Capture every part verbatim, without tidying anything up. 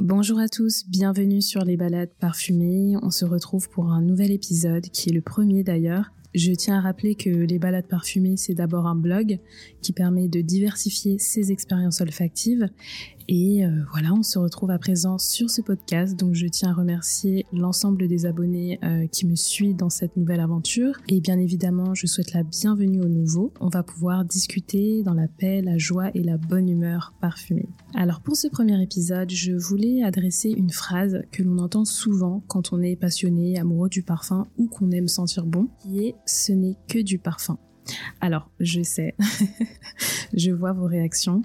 Bonjour à tous, bienvenue sur les balades parfumées. On se retrouve pour un nouvel épisode, qui est le premier d'ailleurs. Je tiens à rappeler que les balades parfumées, c'est d'abord un blog qui permet de diversifier ses expériences olfactives. Et euh, voilà, on se retrouve à présent sur ce podcast. Donc je tiens à remercier l'ensemble des abonnés euh, qui me suivent dans cette nouvelle aventure. Et bien évidemment, je souhaite la bienvenue aux nouveaux. On va pouvoir discuter dans la paix, la joie et la bonne humeur parfumée. Alors pour ce premier épisode, je voulais adresser une phrase que l'on entend souvent quand on est passionné, amoureux du parfum ou qu'on aime sentir bon, qui est « ce n'est que du parfum ». Alors, je sais, je vois vos réactions.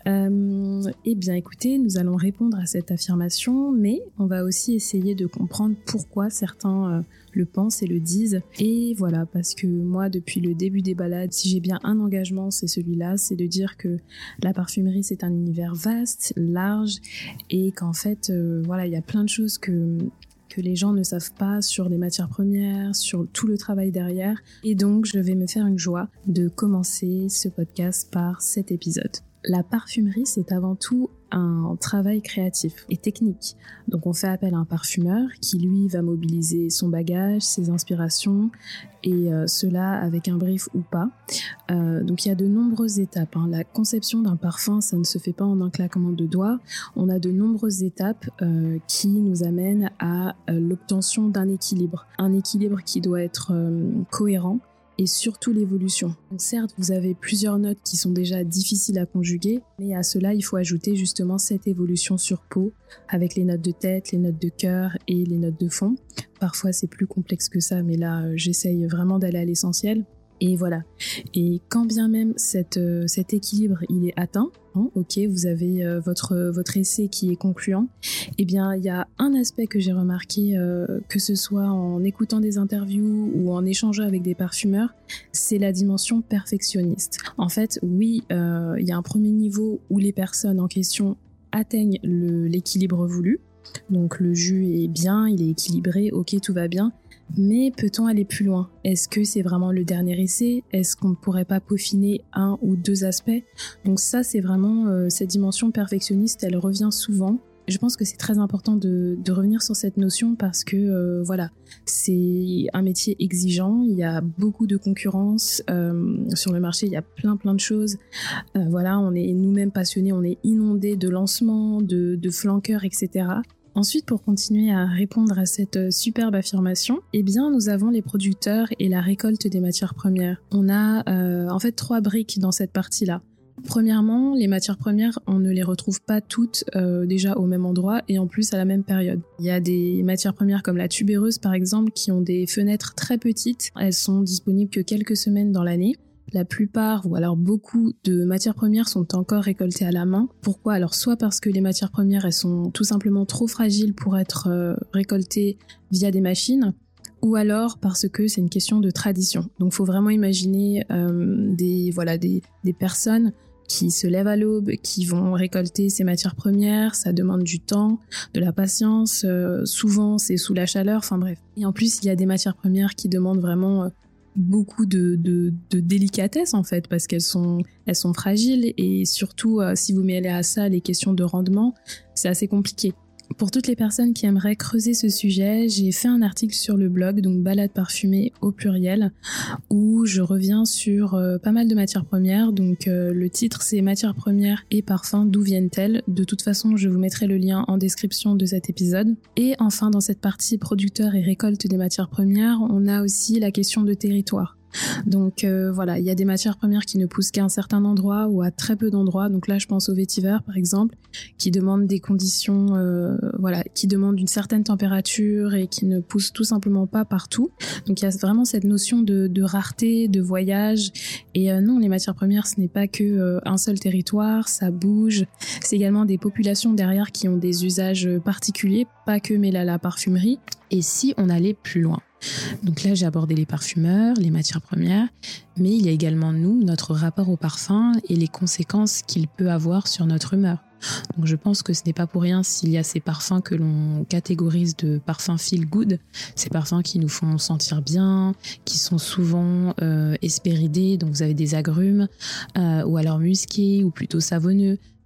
Euh, eh bien, écoutez, nous allons répondre à cette affirmation, mais on va aussi essayer de comprendre pourquoi certains euh, le pensent et le disent. Et voilà, parce que moi, depuis le début des balades, si j'ai bien un engagement, c'est celui-là, c'est de dire que la parfumerie, c'est un univers vaste, large, et qu'en fait, euh, voilà, il y a plein de choses que... que les gens ne savent pas sur les matières premières, sur tout le travail derrière. Et donc, je vais me faire une joie de commencer ce podcast par cet épisode. La parfumerie, c'est avant tout un travail créatif et technique. Donc on fait appel à un parfumeur qui lui va mobiliser son bagage, ses inspirations et euh, cela avec un brief ou pas. Euh, donc il y a de nombreuses étapes. Hein. La conception d'un parfum, ça ne se fait pas en un claquement de doigts. On a de nombreuses étapes euh, qui nous amènent à euh, l'obtention d'un équilibre. Un équilibre qui doit être euh, cohérent et surtout l'évolution. Donc certes, vous avez plusieurs notes qui sont déjà difficiles à conjuguer, mais à cela, il faut ajouter justement cette évolution sur peau, avec les notes de tête, les notes de cœur et les notes de fond. Parfois, c'est plus complexe que ça, mais là, euh, j'essaye vraiment d'aller à l'essentiel. Et voilà. Et quand bien même cette, euh, cet équilibre, il est atteint, hein, ok, vous avez euh, votre, votre essai qui est concluant, eh bien, il y a un aspect que j'ai remarqué, euh, que ce soit en écoutant des interviews ou en échangeant avec des parfumeurs, c'est la dimension perfectionniste. En fait, oui, euh, il y a un premier niveau où les personnes en question atteignent le, l'équilibre voulu. Donc le jus est bien, il est équilibré, ok, tout va bien. Mais peut-on aller plus loin ? Est-ce que c'est vraiment le dernier essai ? Est-ce qu'on ne pourrait pas peaufiner un ou deux aspects ? Donc ça, c'est vraiment euh, cette dimension perfectionniste, elle revient souvent. Je pense que c'est très important de, de revenir sur cette notion parce que euh, voilà, c'est un métier exigeant, il y a beaucoup de concurrence euh, sur le marché, il y a plein plein de choses. Euh, voilà, on est nous-mêmes passionnés, on est inondés de lancements, de, de flanqueurs, et cetera. Ensuite, pour continuer à répondre à cette superbe affirmation, eh bien, nous avons les producteurs et la récolte des matières premières. On a euh, en fait trois briques dans cette partie-là. Premièrement, les matières premières, on ne les retrouve pas toutes euh, déjà au même endroit et en plus à la même période. Il y a des matières premières comme la tubéreuse par exemple qui ont des fenêtres très petites. Elles sont disponibles que quelques semaines dans l'année. La plupart, ou alors beaucoup de matières premières sont encore récoltées à la main. Pourquoi ? Alors soit parce que les matières premières, elles sont tout simplement trop fragiles pour être euh, récoltées via des machines, ou alors parce que c'est une question de tradition. Donc il faut vraiment imaginer euh, des, voilà, des, des personnes qui se lèvent à l'aube, qui vont récolter ces matières premières, ça demande du temps, de la patience, euh, souvent c'est sous la chaleur, enfin bref. Et en plus, il y a des matières premières qui demandent vraiment... Euh, beaucoup de, de, de délicatesse en fait parce qu'elles sont, elles sont fragiles et surtout euh, si vous mêlez à ça les questions de rendement, c'est assez compliqué. Pour toutes les personnes qui aimeraient creuser ce sujet, j'ai fait un article sur le blog, donc Balades parfumées au pluriel, où je reviens sur euh, pas mal de matières premières. Donc euh, le titre c'est Matières premières et parfums, d'où viennent-elles ? De toute façon, je vous mettrai le lien en description de cet épisode. Et enfin, dans cette partie producteurs et récolte des matières premières, on a aussi la question de territoire. Donc euh, voilà, il y a des matières premières qui ne poussent qu'à un certain endroit ou à très peu d'endroits. Donc là, je pense au vétiver par exemple, qui demande des conditions, euh, voilà, qui demande une certaine température et qui ne pousse tout simplement pas partout. Donc il y a vraiment cette notion de, de rareté, de voyage. Et euh, non, les matières premières, ce n'est pas que euh, un seul territoire, ça bouge. C'est également des populations derrière qui ont des usages particuliers, pas que mais là la parfumerie. Et si on allait plus loin ? Donc là, j'ai abordé les parfumeurs, les matières premières, mais il y a également nous, notre rapport au parfum et les conséquences qu'il peut avoir sur notre humeur. Donc je pense que ce n'est pas pour rien s'il y a ces parfums que l'on catégorise de parfums feel good, ces parfums qui nous font sentir bien, qui sont souvent euh, hespéridés, donc vous avez des agrumes, euh, ou alors musqués, ou plutôt savonneux.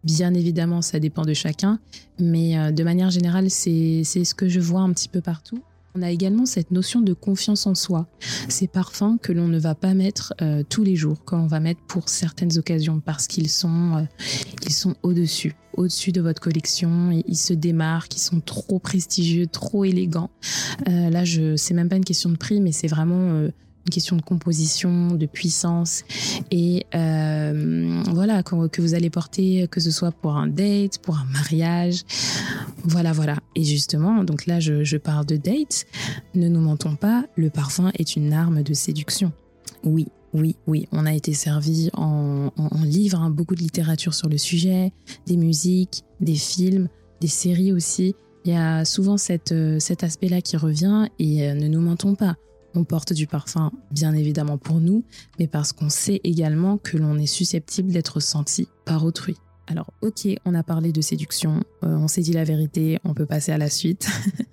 Bien évidemment, ça dépend de chacun, mais euh, de manière générale, c'est, c'est ce que je vois un petit peu partout. On a également cette notion de confiance en soi. Ces parfums que l'on ne va pas mettre euh, tous les jours, que l'on va mettre pour certaines occasions parce qu'ils sont, euh, ils sont au-dessus, au-dessus de votre collection. Ils, ils se démarquent, ils sont trop prestigieux, trop élégants. Euh, là, je, c'est même pas une question de prix, mais c'est vraiment euh, une question de composition, de puissance. Et euh, voilà, que, que vous allez porter, que ce soit pour un date, pour un mariage. Voilà, voilà. Et justement, donc là, je, je parle de date. Ne nous mentons pas, le parfum est une arme de séduction. Oui, oui, oui. On a été servi en, en, en livres, hein, beaucoup de littérature sur le sujet, des musiques, des films, des séries aussi. Il y a souvent cette, euh, cet aspect-là qui revient et euh, ne nous mentons pas. On porte du parfum, bien évidemment pour nous, mais parce qu'on sait également que l'on est susceptible d'être senti par autrui. Alors, ok, on a parlé de séduction, euh, on s'est dit la vérité, on peut passer à la suite.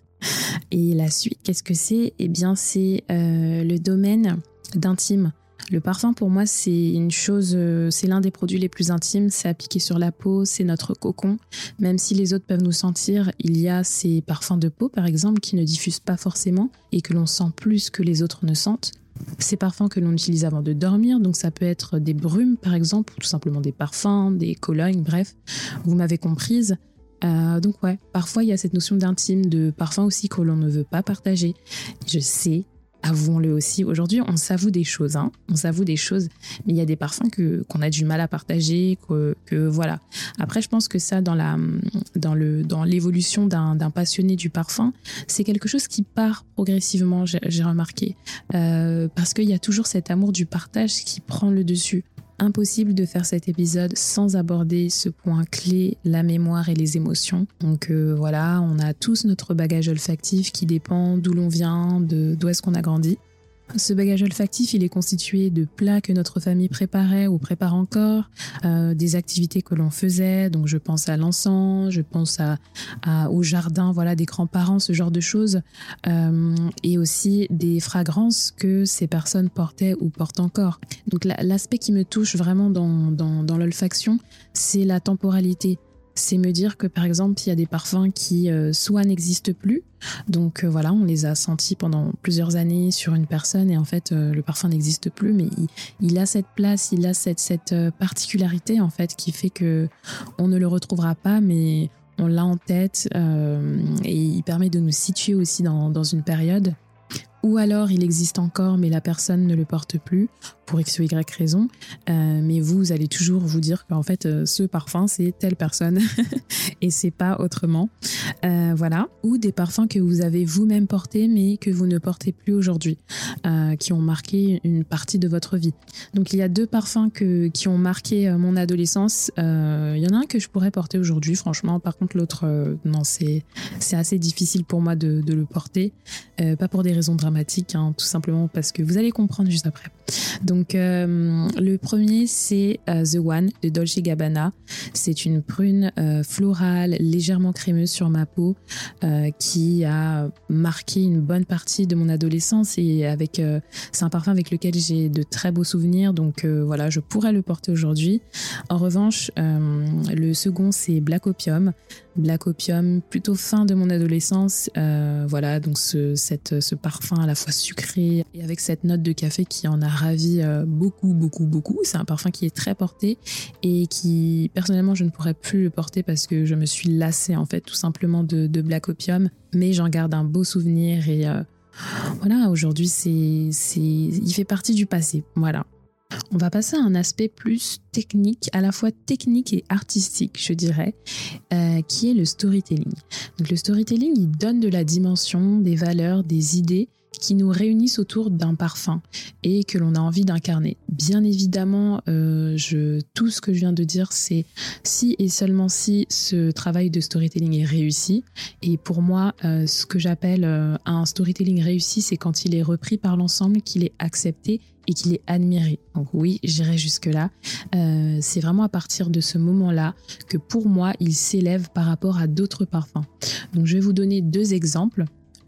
Et la suite, qu'est-ce que c'est ? Eh bien, c'est euh, le domaine d'intime. Le parfum, pour moi, c'est une chose, euh, c'est l'un des produits les plus intimes. C'est appliqué sur la peau, c'est notre cocon. Même si les autres peuvent nous sentir, il y a ces parfums de peau, par exemple, qui ne diffusent pas forcément et que l'on sent plus que les autres ne sentent. Ces parfums que l'on utilise avant de dormir, donc ça peut être des brumes par exemple, ou tout simplement des parfums, des colognes, bref, vous m'avez comprise. Euh, donc ouais, parfois il y a cette notion d'intime, de parfum aussi que l'on ne veut pas partager. Je sais, avouons-le aussi, aujourd'hui on s'avoue des choses, hein, on s'avoue des choses, mais il y a des parfums que, qu'on a du mal à partager, que, que voilà. Après je pense que ça dans, la, dans, le, dans l'évolution d'un, d'un passionné du parfum, c'est quelque chose qui part progressivement, j'ai, j'ai remarqué, euh, parce qu'il y a toujours cet amour du partage qui prend le dessus. Impossible de faire cet épisode sans aborder ce point clé, la mémoire et les émotions. Donc euh, voilà, on a tous notre bagage olfactif qui dépend d'où l'on vient, de, d'où est-ce qu'on a grandi. Ce bagage olfactif, il est constitué de plats que notre famille préparait ou prépare encore, euh, des activités que l'on faisait, donc je pense à l'encens, je pense à, à, au jardin, voilà, des grands-parents, ce genre de choses, euh, et aussi des fragrances que ces personnes portaient ou portent encore. Donc la, l'aspect qui me touche vraiment dans, dans, dans l'olfaction, c'est la temporalité. C'est me dire que par exemple, il y a des parfums qui euh, soit n'existent plus, donc euh, voilà, on les a sentis pendant plusieurs années sur une personne et en fait euh, le parfum n'existe plus, mais il, il a cette place, il a cette, cette particularité en fait qui fait que on ne le retrouvera pas, mais on l'a en tête euh, et il permet de nous situer aussi dans, dans une période. Ou alors il existe encore mais la personne ne le porte plus pour X ou Y raison, euh, mais vous allez toujours vous dire qu'en fait euh, ce parfum c'est telle personne et c'est pas autrement, euh, voilà. Ou des parfums que vous avez vous-même portés mais que vous ne portez plus aujourd'hui, euh, qui ont marqué une partie de votre vie. Donc il y a deux parfums que, qui ont marqué euh, mon adolescence, euh, il y en a un que je pourrais porter aujourd'hui franchement, par contre l'autre euh, non, c'est, c'est assez difficile pour moi de, de le porter, euh, pas pour des raisons dramatiques, hein, tout simplement parce que vous allez comprendre juste après. Donc euh, le premier c'est euh, The One de Dolce and Gabbana. C'est une prune euh, florale légèrement crémeuse sur ma peau euh, qui a marqué une bonne partie de mon adolescence et avec euh, c'est un parfum avec lequel j'ai de très beaux souvenirs, donc euh, voilà, je pourrais le porter aujourd'hui. En revanche, euh, le second c'est Black Opium. Black Opium, plutôt fin de mon adolescence, euh, voilà, donc ce, cette, ce parfum à la fois sucré et avec cette note de café qui en a ravi euh, beaucoup, beaucoup, beaucoup. C'est un parfum qui est très porté et qui, personnellement, je ne pourrais plus le porter parce que je me suis lassée, en fait, tout simplement de, de Black Opium, mais j'en garde un beau souvenir et euh, voilà, aujourd'hui, c'est, c'est, il fait partie du passé, voilà. On va passer à un aspect plus technique, à la fois technique et artistique, je dirais, euh, qui est le storytelling. Donc le storytelling, il donne de la dimension, des valeurs, des idées qui nous réunissent autour d'un parfum et que l'on a envie d'incarner. Bien évidemment, euh, je, tout ce que je viens de dire, c'est si et seulement si ce travail de storytelling est réussi. Et pour moi, euh, ce que j'appelle euh, un storytelling réussi, c'est quand il est repris par l'ensemble, qu'il est accepté et qu'il est admiré. Donc oui, j'irai jusque-là. Euh, c'est vraiment à partir de ce moment-là que pour moi, il s'élève par rapport à d'autres parfums. Donc je vais vous donner deux exemples.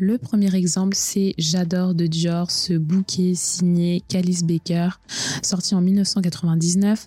Le premier exemple, c'est J'adore de Dior, ce bouquet signé Calice Baker, sorti en dix-neuf cent quatre-vingt-dix-neuf.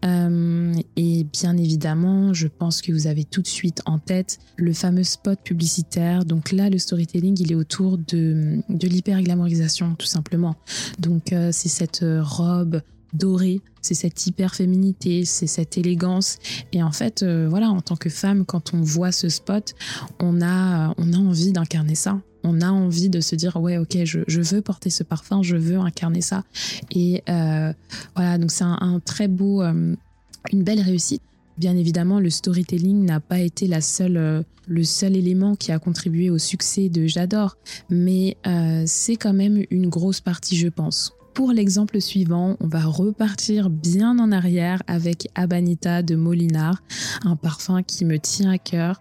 Euh, et bien évidemment, je pense que vous avez tout de suite en tête le fameux spot publicitaire. Donc là, le storytelling, il est autour de, de l'hyper-glamourisation, tout simplement. Donc euh, c'est cette robe dorée, c'est cette hyper-féminité, c'est cette élégance. Et en fait, euh, voilà, en tant que femme, quand on voit ce spot, on a, on a envie d'incarner ça. On a envie de se dire, ouais, ok, je, je veux porter ce parfum, je veux incarner ça. Et euh, voilà, donc c'est un, un très beau, euh, une belle réussite. Bien évidemment, le storytelling n'a pas été la seule, euh, le seul élément qui a contribué au succès de J'adore, mais euh, c'est quand même une grosse partie, je pense. Pour l'exemple suivant, on va repartir bien en arrière avec Habanita de Molinard, un parfum qui me tient à cœur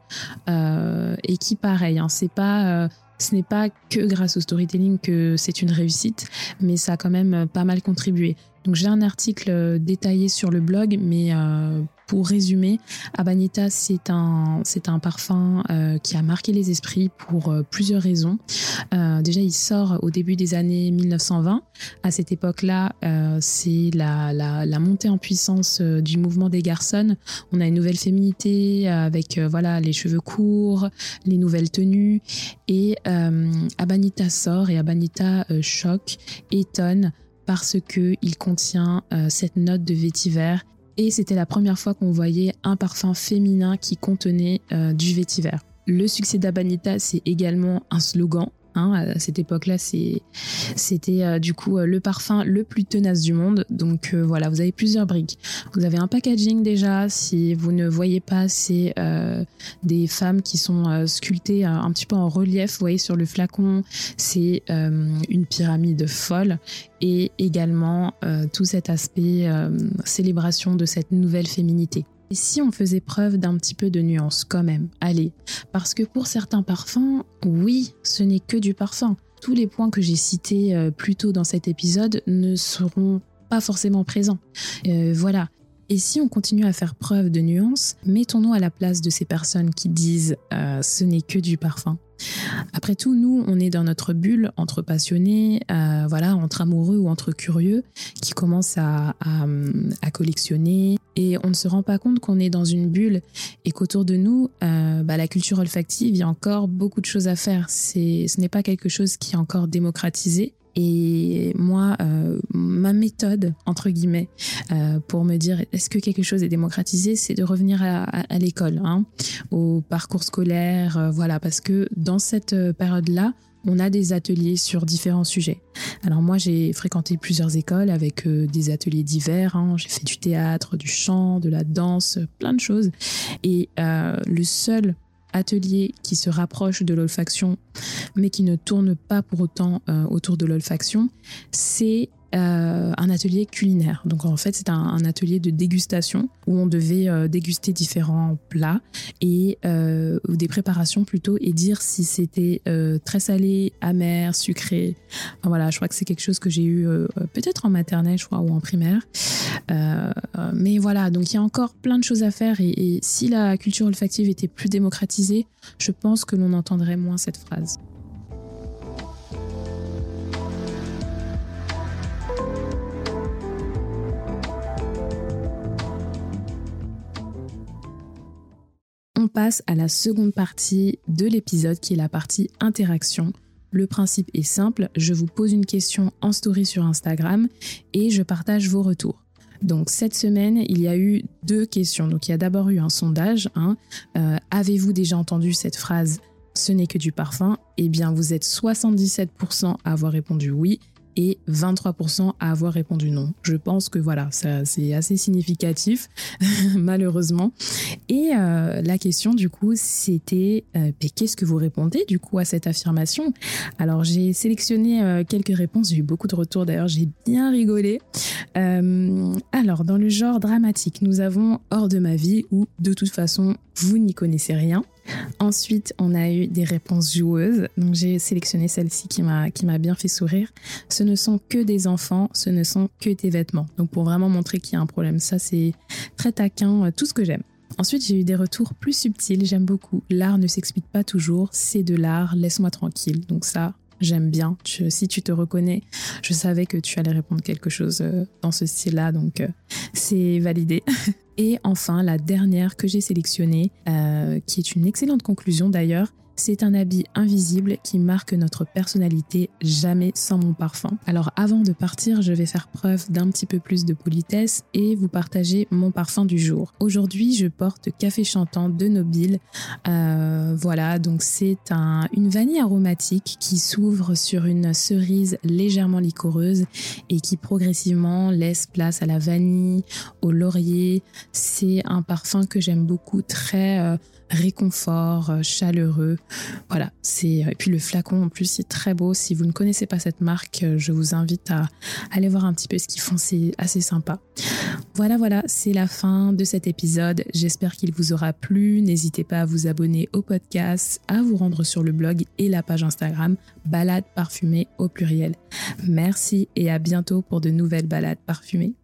euh, et qui, pareil, hein, c'est pas... Euh, Ce n'est pas que grâce au storytelling que c'est une réussite, mais ça a quand même pas mal contribué. Donc j'ai un article détaillé sur le blog, mais euh, pour résumer, Habanita, c'est un, c'est un parfum euh, qui a marqué les esprits pour euh, plusieurs raisons. Euh, déjà, il sort au début des années mille neuf cent vingt. À cette époque-là, euh, c'est la, la, la montée en puissance euh, du mouvement des garçons. On a une nouvelle féminité avec euh, voilà, les cheveux courts, les nouvelles tenues. Et euh, Habanita sort et Habanita euh, choque, étonne, parce qu'il contient euh, cette note de vétiver. Et c'était la première fois qu'on voyait un parfum féminin qui contenait euh, du vétiver. Le succès d'Habanita, c'est également un slogan. Hein, à cette époque-là, c'est, c'était euh, du coup euh, le parfum le plus tenace du monde. Donc euh, voilà, vous avez plusieurs briques. Vous avez un packaging déjà. Si vous ne voyez pas, c'est euh, des femmes qui sont euh, sculptées euh, un petit peu en relief. Vous voyez sur le flacon, c'est euh, une pyramide folle. Et également euh, tout cet aspect euh, célébration de cette nouvelle féminité. Et si on faisait preuve d'un petit peu de nuance quand même, allez, parce que pour certains parfums, oui, ce n'est que du parfum. Tous les points que j'ai cités euh, plus tôt dans cet épisode ne seront pas forcément présents. Euh, voilà. Et si on continue à faire preuve de nuance, mettons-nous à la place de ces personnes qui disent euh, « ce n'est que du parfum ». Après tout, nous, on est dans notre bulle entre passionnés, euh, voilà, entre amoureux ou entre curieux qui commencent à, à, à collectionner et on ne se rend pas compte qu'on est dans une bulle et qu'autour de nous, euh, bah, la culture olfactive, il y a encore beaucoup de choses à faire. C'est, ce n'est pas quelque chose qui est encore démocratisé. Et moi, euh, ma méthode, entre guillemets, euh, pour me dire est-ce que quelque chose est démocratisé, c'est de revenir à, à, à l'école, hein, au parcours scolaire, euh, voilà, parce que dans cette période-là, on a des ateliers sur différents sujets. Alors moi, j'ai fréquenté plusieurs écoles avec euh, des ateliers divers, hein, j'ai fait du théâtre, du chant, de la danse, plein de choses. Et euh, le seul atelier qui se rapproche de l'olfaction, mais qui ne tourne pas pour autant euh, autour de l'olfaction, c'est euh, un atelier culinaire. Donc en fait, c'est un, un atelier de dégustation où on devait euh, déguster différents plats et euh, ou des préparations plutôt et dire si c'était euh, très salé, amer, sucré. Enfin, voilà, je crois que c'est quelque chose que j'ai eu euh, peut-être en maternelle, je crois, ou en primaire. Euh, mais voilà, donc il y a encore plein de choses à faire et, et si la culture olfactive était plus démocratisée, je pense que l'on entendrait moins cette phrase. On passe à la seconde partie de l'épisode qui est la partie interaction. Le principe est simple, je vous pose une question en story sur Instagram et je partage vos retours. Donc cette semaine, il y a eu deux questions. Donc il y a d'abord eu un sondage. Hein. Euh, avez-vous déjà entendu cette phrase « ce n'est que du parfum » Eh bien vous êtes soixante-dix-sept pour cent à avoir répondu oui et vingt-trois pour cent à avoir répondu non. Je pense que voilà, ça, c'est assez significatif, malheureusement. Et euh, la question du coup, c'était euh, qu'est-ce que vous répondez du coup à cette affirmation ? Alors j'ai sélectionné euh, quelques réponses, j'ai eu beaucoup de retours d'ailleurs, j'ai bien rigolé. Euh, alors dans le genre dramatique, nous avons « hors de ma vie » ou « de toute façon, vous n'y connaissez rien ». Ensuite, on a eu des réponses joueuses. Donc, j'ai sélectionné celle-ci qui m'a, qui m'a bien fait sourire. Ce ne sont que des enfants, ce ne sont que tes vêtements. Donc, pour vraiment montrer qu'il y a un problème. Ça, c'est très taquin, tout ce que j'aime. Ensuite, j'ai eu des retours plus subtils, j'aime beaucoup. L'art ne s'explique pas toujours, c'est de l'art, laisse-moi tranquille. Donc ça, j'aime bien. Tu, si tu te reconnais, je savais que tu allais répondre quelque chose euh, dans ce style-là, donc euh, c'est validé. Et enfin, la dernière que j'ai sélectionnée, euh, qui est une excellente conclusion d'ailleurs, c'est un habit invisible qui marque notre personnalité, jamais sans mon parfum. Alors avant de partir, je vais faire preuve d'un petit peu plus de politesse et vous partager mon parfum du jour. Aujourd'hui, je porte Café Chantant de Nobile. Euh, voilà, donc c'est un, une vanille aromatique qui s'ouvre sur une cerise légèrement liquoreuse et qui progressivement laisse place à la vanille, au laurier. C'est un parfum que j'aime beaucoup, très euh, réconfort, euh, chaleureux. Voilà, c'est et puis le flacon en plus c'est très beau. Si vous ne connaissez pas cette marque, je vous invite à aller voir un petit peu ce qu'ils font, c'est assez sympa. Voilà, voilà, c'est la fin de cet épisode. J'espère qu'il vous aura plu. N'hésitez pas à vous abonner au podcast, à vous rendre sur le blog et la page Instagram Balades parfumées au pluriel. Merci et à bientôt pour de nouvelles balades parfumées.